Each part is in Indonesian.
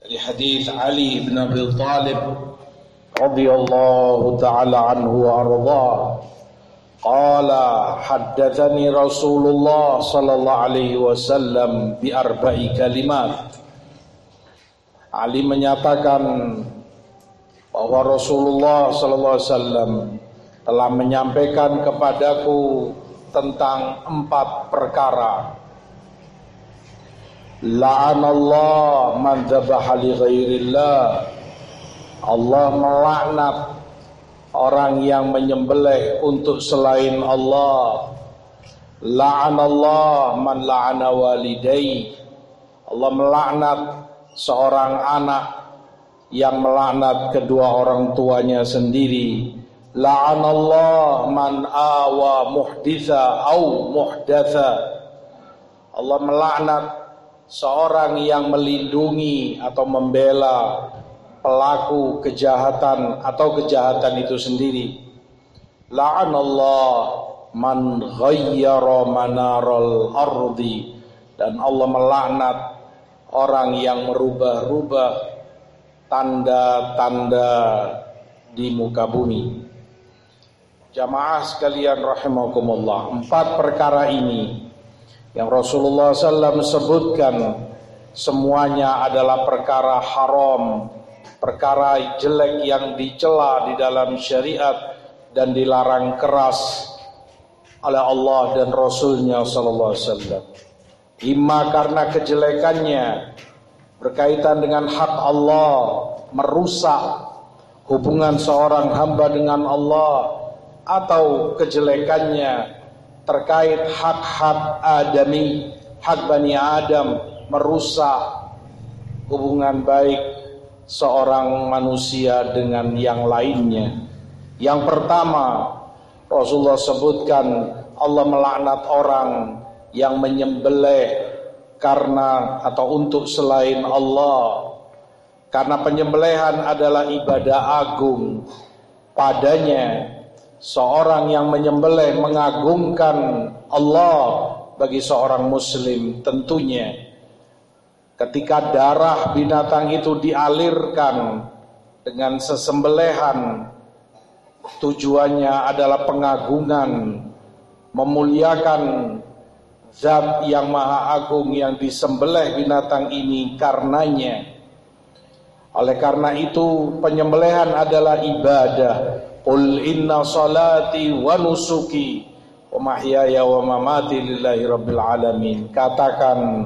di hadis Ali bin Abi Thalib radhiyallahu ta'ala anhu wa ardhah, qala haddatsani Rasulullah sallallahu alaihi wasallam bi arba'i kalimat. Ali menyatakan bahwa Rasulullah sallallahu alaihi wasallam telah menyampaikan kepadaku tentang 4 perkara. La'anallah man dzabaha li ghairillah. Allah melaknat orang yang menyembelih untuk selain Allah. La'anallah man la'ana walidayhi. Allah melaknat seorang anak yang melaknat kedua orang tuanya sendiri. La'anallah man awa muhditha au muhdatha. Allah melaknat seorang yang melindungi atau membela pelaku kejahatan atau kejahatan itu sendiri. La'anallah man ghayyara manaral ardi. Dan Allah melaknat orang yang merubah-rubah tanda-tanda di muka bumi. Jamaah sekalian rahimakumullah, 4 perkara ini yang Rasulullah SAW sebutkan semuanya adalah perkara haram, perkara jelek yang dicela di dalam syariat dan dilarang keras oleh Allah dan Rasulnya SAW. Imma karena kejelekannya berkaitan dengan hak Allah, merusak hubungan seorang hamba dengan Allah, atau kejelekannya terkait hak-hak adami, hak Bani Adam, merusak hubungan baik seorang manusia dengan yang lainnya. Yang pertama, Rasulullah sebutkan Allah melaknat orang yang menyembelih karena atau untuk selain Allah. Karena penyembelihan adalah ibadah agung. Padanya seorang yang menyembelih mengagungkan Allah bagi seorang muslim. Tentunya ketika darah binatang itu dialirkan dengan sesembelihan, tujuannya adalah pengagungan, memuliakan zat yang maha agung yang disembelih binatang ini karenanya. Oleh karena itu penyembelihan adalah ibadah. Qul inna salati wa nusuki wa mahyaya wa mamati lillahi rabbil alamin. Katakan,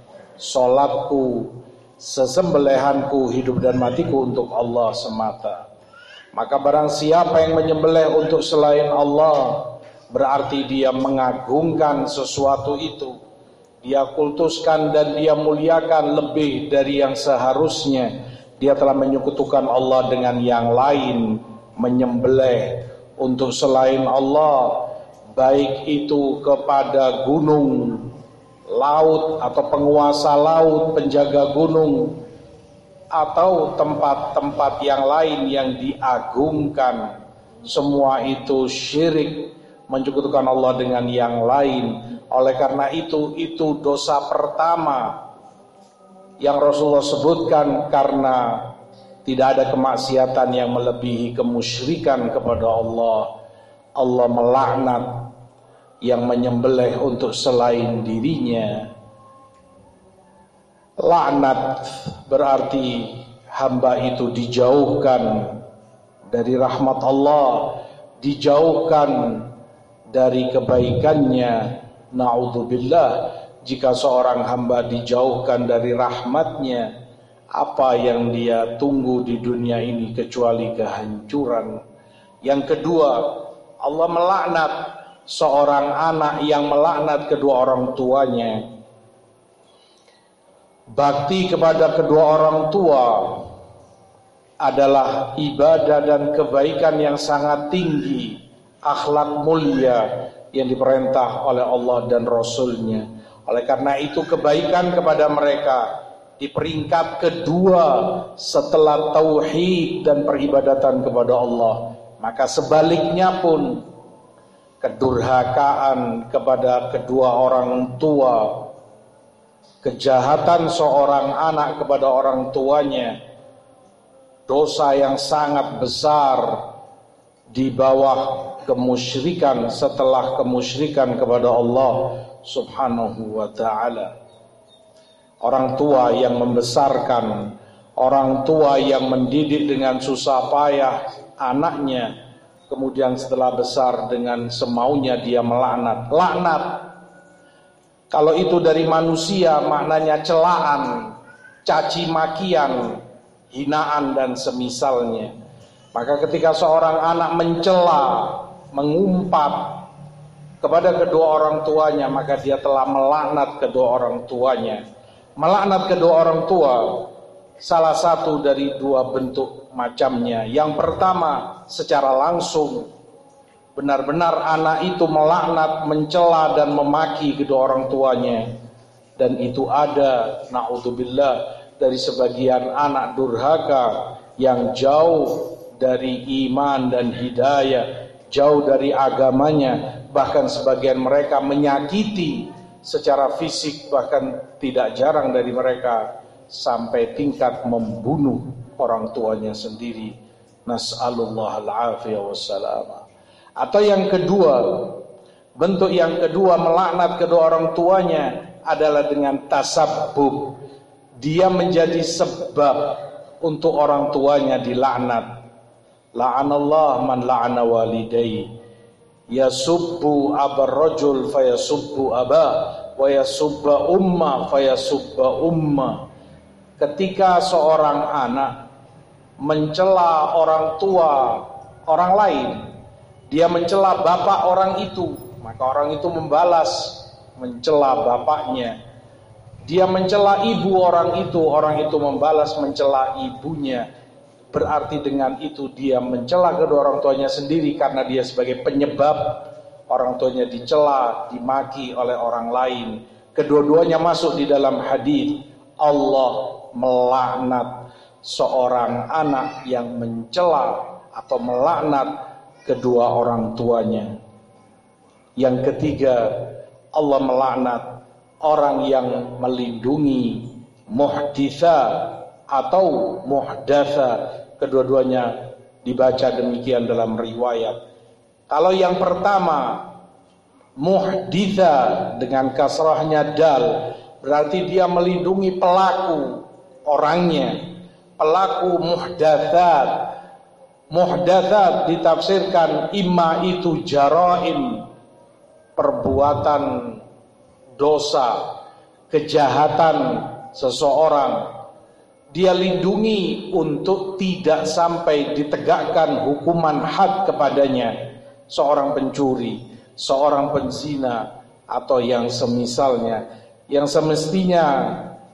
salatku, sesembelihanku, hidup dan matiku untuk Allah semata. Maka barang siapa yang menyembelih untuk selain Allah, berarti dia mengagungkan sesuatu itu, dia kultuskan dan dia muliakan lebih dari yang seharusnya. Dia telah menyekutukan Allah dengan yang lain, menyembelih untuk selain Allah, baik itu kepada gunung, laut atau penguasa laut, penjaga gunung, atau tempat-tempat yang lain yang diagungkan. Semua itu syirik, menyekutukan Allah dengan yang lain. Oleh karena itu dosa pertama yang Rasulullah sebutkan, karena tidak ada kemaksiatan yang melebihi kemusyrikan kepada Allah. Allah melaknat yang menyembelih untuk selain dirinya. Laknat berarti hamba itu dijauhkan dari rahmat Allah, dijauhkan dari kebaikannya. Na'udzubillah, jika seorang hamba dijauhkan dari rahmatnya, apa yang dia tunggu di dunia ini kecuali kehancuran. Yang kedua, Allah melaknat seorang anak yang melaknat kedua orang tuanya. Bakti kepada kedua orang tua adalah ibadah dan kebaikan yang sangat tinggi, akhlak mulia yang diperintah oleh Allah dan Rasulnya. Oleh karena itu kebaikan kepada mereka di peringkat kedua setelah tauhid dan peribadatan kepada Allah. Maka sebaliknya pun kedurhakaan kepada kedua orang tua kejahatan seorang anak kepada orang tuanya, dosa yang sangat besar di bawah kemusyrikan setelah kemusyrikan kepada Allah Subhanahu wa ta'ala. Orang tua yang membesarkan, orang tua yang mendidik dengan susah payah anaknya, kemudian setelah besar dengan semaunya dia melaknat. Laknat, kalau itu dari manusia maknanya celaan, caci makian, hinaan dan semisalnya. Maka ketika seorang anak mencela, mengumpat kepada kedua orang tuanya, maka dia telah melaknat kedua orang tuanya. Melaknat kedua orang tua salah satu dari dua bentuk macamnya. Yang pertama secara langsung, benar-benar anak itu melaknat, mencela dan memaki kedua orang tuanya. Dan itu ada, na'udzubillah, dari sebagian anak durhaka yang jauh dari iman dan hidayah, jauh dari agamanya. Bahkan sebagian mereka menyakiti secara fisik, bahkan tidak jarang dari mereka sampai tingkat membunuh orang tuanya sendiri. Nas'alullah al-afiyah wassalamah. Atau yang kedua, bentuk yang kedua melaknat kedua orang tuanya adalah dengan tasabbub. Dia menjadi sebab untuk orang tuanya dilaknat. La'anallah man la'ana walidayhi. Yasubbu abar rajul fayasubbu abah wa yasubba umma fayasubba umma. Ketika seorang anak mencela orang tua orang lain, dia mencela bapak orang itu, maka orang itu membalas mencela bapaknya. Dia mencela ibu orang itu membalas mencela ibunya. Berarti dengan itu dia mencela kedua orang tuanya sendiri, karena dia sebagai penyebab orang tuanya dicela, dimaki oleh orang lain. Kedua-duanya masuk di dalam hadis. Allah melaknat seorang anak yang mencela atau melaknat kedua orang tuanya. Yang ketiga, Allah melaknat orang yang melindungi muhditha atau muhdatsa. Kedua-duanya dibaca demikian dalam riwayat. Kalau yang pertama muhditsa dengan kasrahnya dal, berarti dia melindungi pelaku orangnya. Pelaku muhdatsat. Muhdatsat ditafsirkan imma itu jaraim, perbuatan dosa, kejahatan seseorang. Dia lindungi untuk tidak sampai ditegakkan hukuman had kepadanya, seorang pencuri, seorang penzina, atau yang semisalnya, yang semestinya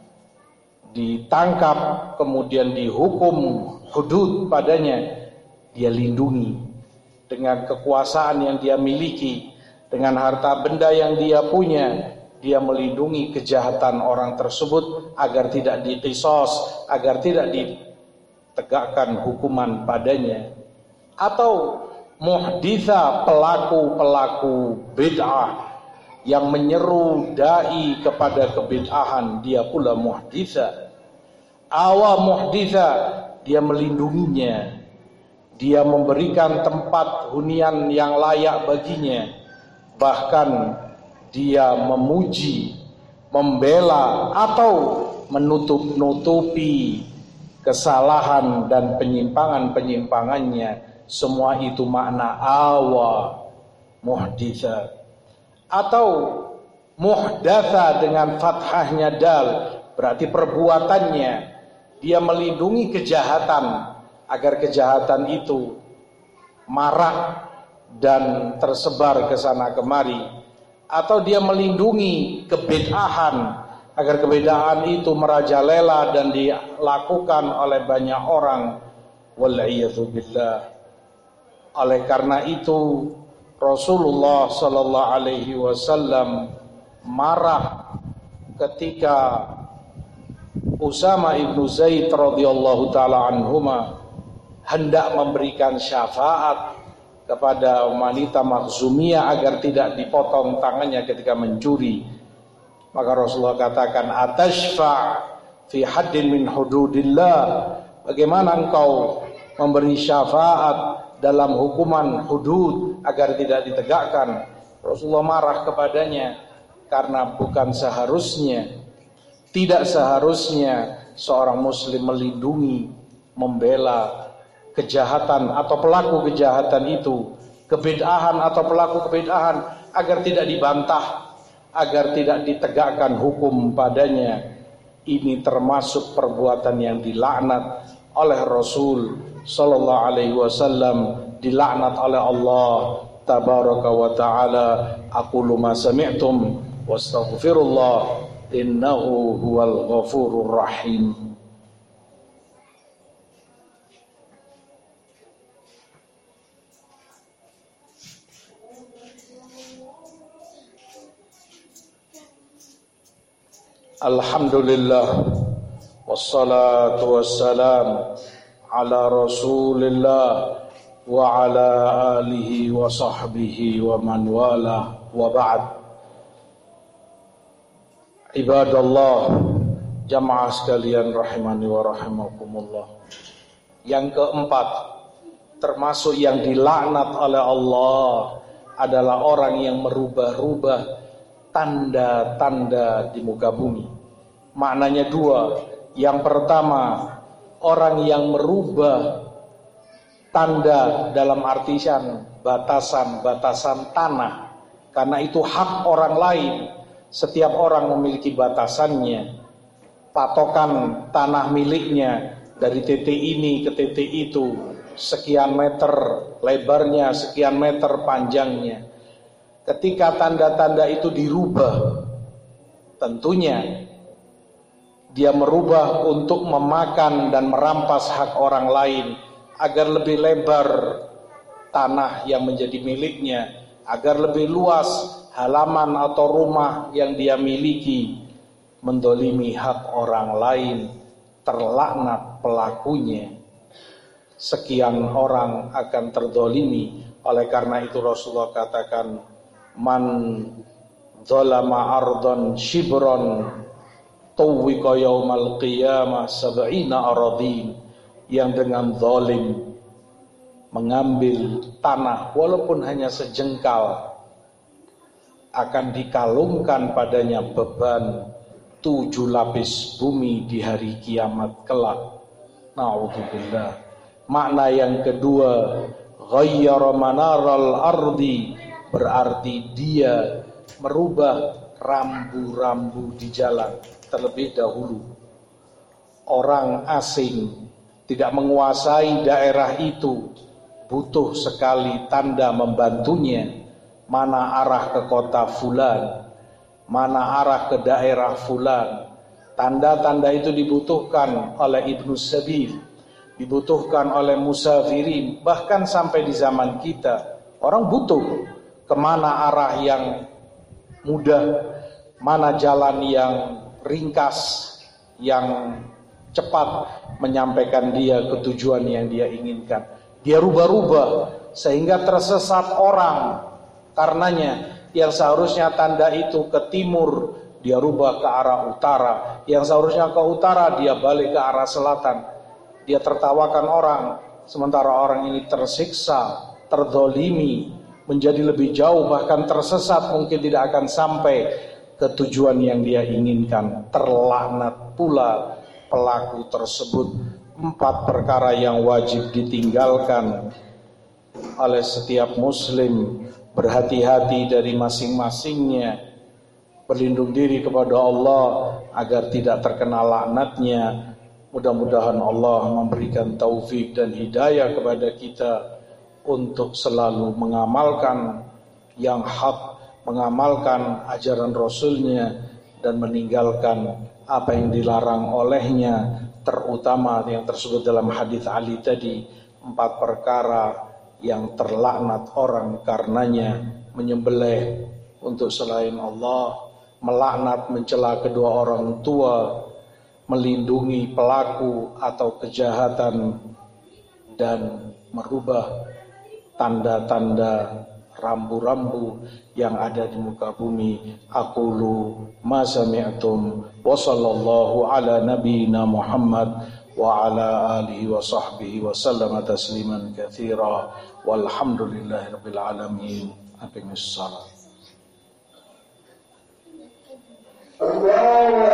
ditangkap kemudian dihukum hudud padanya. Dia lindungi dengan kekuasaan yang dia miliki, dengan harta benda yang dia punya. Dia melindungi kejahatan orang tersebut agar tidak diqisos, agar tidak ditegakkan hukuman padanya. Atau muhditha, pelaku-pelaku bid'ah yang menyeru dai kepada kebid'ahan, dia pula muhditha. Awa muhditha, dia melindunginya, dia memberikan tempat hunian yang layak baginya, bahkan dia memuji, membela atau menutup-nutupi kesalahan dan penyimpangan-penyimpangannya. Semua itu makna awa muhditha. Atau muhdatsa dengan fathahnya dal, berarti perbuatannya. Dia melindungi kejahatan agar kejahatan itu marak dan tersebar ke sana kemari. Atau dia melindungi kebid'ahan agar kebid'ahan itu merajalela dan dilakukan oleh banyak orang. Wal'iyadzubillah. Oleh karena itu Rasulullah sallallahu alaihi wasallam marah ketika Usama ibnu Zaid radhiyallahu taala anhuma hendak memberikan syafaat kepada wanita Makhzumiyah agar tidak dipotong tangannya ketika mencuri. Maka Rasulullah katakan, atashfa' fi haddin min hududillah, bagaimana engkau memberi syafaat dalam hukuman hudud agar tidak ditegakkan. Rasulullah marah kepadanya karena bukan seharusnya, tidak seharusnya seorang muslim melindungi, membela kejahatan atau pelaku kejahatan itu, kebid'ahan atau pelaku kebid'ahan, agar tidak dibantah, agar tidak ditegakkan hukum padanya. Ini termasuk perbuatan yang dilaknat oleh Rasul sallallahu alaihi wasallam, dilaknat oleh Allah tabaraka wa taala. Aqulu ma sami'tum wastaghfirullah innahu huwal ghafurur rahim. Alhamdulillah wassalatu wassalam ala Rasulillah wa ala alihi wa sahbihi wa man wala wa ba'd. Ibadallah, jamaah sekalian rahimani wa rahimakumullah. Yang keempat, termasuk yang dilaknat oleh Allah adalah orang yang merubah-rubah tanda-tanda di muka bumi. Maknanya dua. Yang pertama, orang yang merubah tanda dalam artian batasan-batasan tanah, karena itu hak orang lain. Setiap orang memiliki batasannya, patokan tanah miliknya, dari titik ini ke titik itu sekian meter lebarnya, sekian meter panjangnya. Ketika tanda-tanda itu dirubah, tentunya dia merubah untuk memakan dan merampas hak orang lain agar lebih lebar tanah yang menjadi miliknya, agar lebih luas halaman atau rumah yang dia miliki. Mendolimi hak orang lain, terlaknat pelakunya. Sekian orang akan terdolimi. Oleh karena itu Rasulullah katakan, man zalama ardon shibron tuwika yaumal qiyamah sab'ina aradin. Yang dengan zalim mengambil tanah walaupun hanya sejengkal, akan dikalungkan padanya beban 7 lapis bumi di hari kiamat kelak. Na'udzubillah. Makna yang kedua, ghayyara manaral ardi, berarti dia merubah rambu-rambu di jalan. Terlebih dahulu orang asing tidak menguasai daerah itu, butuh sekali tanda membantunya. Mana arah ke kota fulan, mana arah ke daerah fulan. Tanda-tanda itu dibutuhkan oleh Ibnu Sabil, dibutuhkan oleh musafirin. Bahkan sampai di zaman kita, orang butuh kemana arah yang mudah, mana jalan yang ringkas, yang cepat menyampaikan dia ke tujuan yang dia inginkan. Dia rubah-rubah sehingga tersesat orang. Karenanya yang seharusnya tanda itu ke timur, dia rubah ke arah utara. Yang seharusnya ke utara, dia balik ke arah selatan. Dia tertawakan orang, sementara orang ini tersiksa, terdolimi, menjadi lebih jauh, bahkan tersesat, mungkin tidak akan sampai ke tujuan yang dia inginkan. Terlaknat pula pelaku tersebut. 4 perkara yang wajib ditinggalkan oleh setiap muslim. Berhati-hati dari masing-masingnya, berlindung diri kepada Allah agar tidak terkena laknatnya. Mudah-mudahan Allah memberikan taufik dan hidayah kepada kita untuk selalu mengamalkan yang hak, mengamalkan ajaran Rasulnya, dan meninggalkan apa yang dilarang olehnya, terutama yang tersebut dalam hadis Ali tadi, 4 perkara yang terlaknat orang karenanya: menyembelih untuk selain Allah, melaknat mencela kedua orang tua, melindungi pelaku atau kejahatan, dan merubah tanda-tanda rambu-rambu yang ada di muka bumi. Aqulu ma sami'tum wa sallallahu ala nabiyyina Muhammad wa ala alihi wa sahbihi wa sallama tasliman katsira walhamdulillahi rabbil alamin. Aqimissalam.